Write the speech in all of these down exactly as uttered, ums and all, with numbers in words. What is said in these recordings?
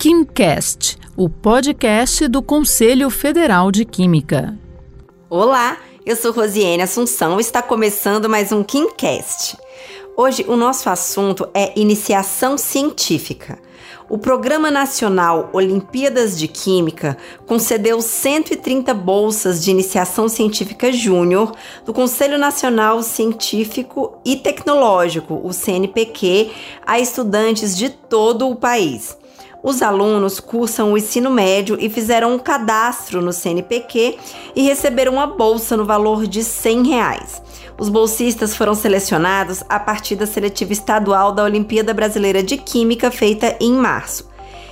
KimCast, o podcast do Conselho Federal de Química. Olá, eu sou Rosiane Assunção e está começando mais um KimCast. Hoje o nosso assunto é iniciação científica. O Programa Nacional Olimpíadas de Química concedeu cento e trinta bolsas de iniciação científica júnior do Conselho Nacional Científico e Tecnológico, o C N P Q, a estudantes de todo o país. Os alunos cursam o ensino médio e fizeram um cadastro no C N P Q e receberam uma bolsa no valor de cem reais. Os bolsistas foram selecionados a partir da seletiva estadual da Olimpíada Brasileira de Química, feita em março.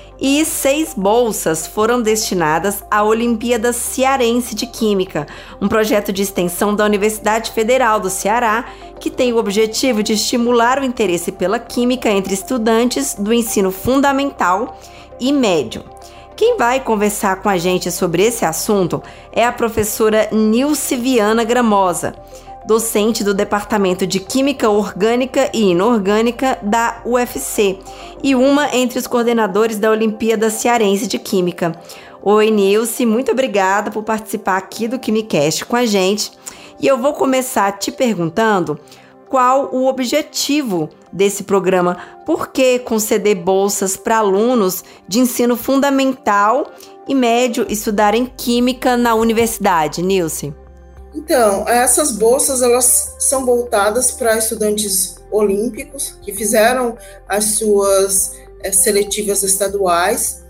E seis bolsas foram destinadas à Olimpíada Cearense de Química, um projeto de extensão da Universidade Federal do Ceará, que tem o objetivo de estimular o interesse pela química entre estudantes do ensino fundamental e médio. Quem vai conversar com a gente sobre esse assunto é a professora Nilce Viana Gramosa, docente do Departamento de Química Orgânica e Inorgânica da U F C e uma entre os coordenadores da Olimpíada Cearense de Química. Oi, Nilce, muito obrigada por participar aqui do KimCast com a gente. E eu vou começar te perguntando qual o objetivo desse programa. Por que conceder bolsas para alunos de ensino fundamental e médio estudarem Química na universidade, Nilce? Então, essas bolsas elas são voltadas para estudantes olímpicos que fizeram as suas é, seletivas estaduais.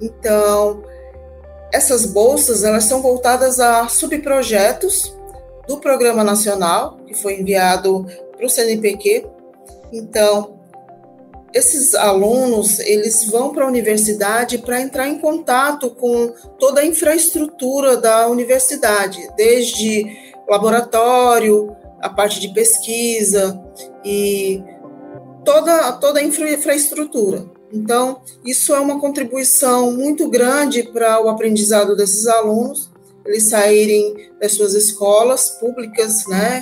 Então, essas bolsas elas são voltadas a subprojetos do Programa Nacional, que foi enviado para o C N P Q. Então, esses alunos, eles vão para a universidade para entrar em contato com toda a infraestrutura da universidade, desde laboratório, a parte de pesquisa e toda, toda a infra, infraestrutura. Então, isso é uma contribuição muito grande para o aprendizado desses alunos, eles saírem das suas escolas públicas, né?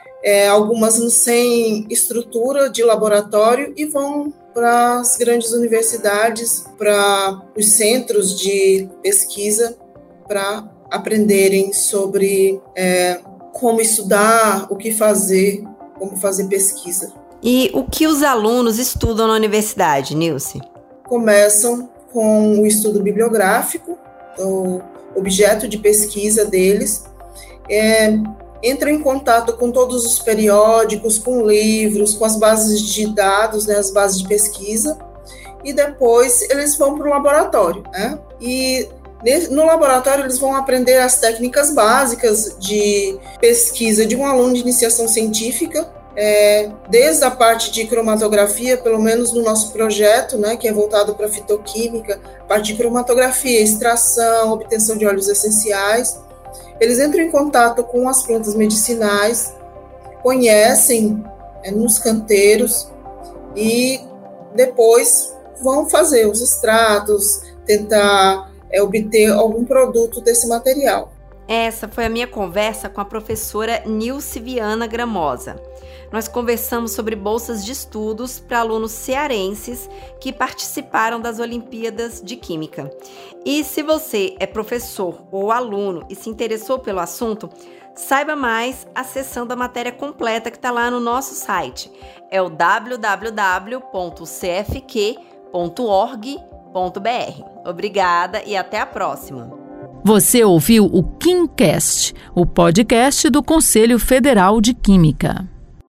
É, algumas sem estrutura de laboratório e vão para as grandes universidades, para os centros de pesquisa, para aprenderem sobre é, como estudar, o que fazer, como fazer pesquisa. E o que os alunos estudam na universidade, Nilce? Começam com o estudo bibliográfico, o objeto de pesquisa deles, é, entram em contato com todos os periódicos, com livros, com as bases de dados, né, as bases de pesquisa, e depois eles vão para o laboratório, né? E no laboratório eles vão aprender as técnicas básicas de pesquisa de um aluno de iniciação científica, é, desde a parte de cromatografia, pelo menos no nosso projeto, né, que é voltado para a fitoquímica, parte de cromatografia, extração, obtenção de óleos essenciais. Eles entram em contato com as plantas medicinais, conhecem é, nos canteiros e depois vão fazer os extratos, tentar é, obter algum produto desse material. Essa foi a minha conversa com a professora Nilce Viana Gramosa. Nós conversamos sobre bolsas de estudos para alunos cearenses que participaram das Olimpíadas de Química. E se você é professor ou aluno e se interessou pelo assunto, saiba mais acessando a matéria completa que está lá no nosso site. É o w w w ponto c f q ponto org ponto b r. Obrigada e até a próxima! Você ouviu o KimCast, o podcast do Conselho Federal de Química.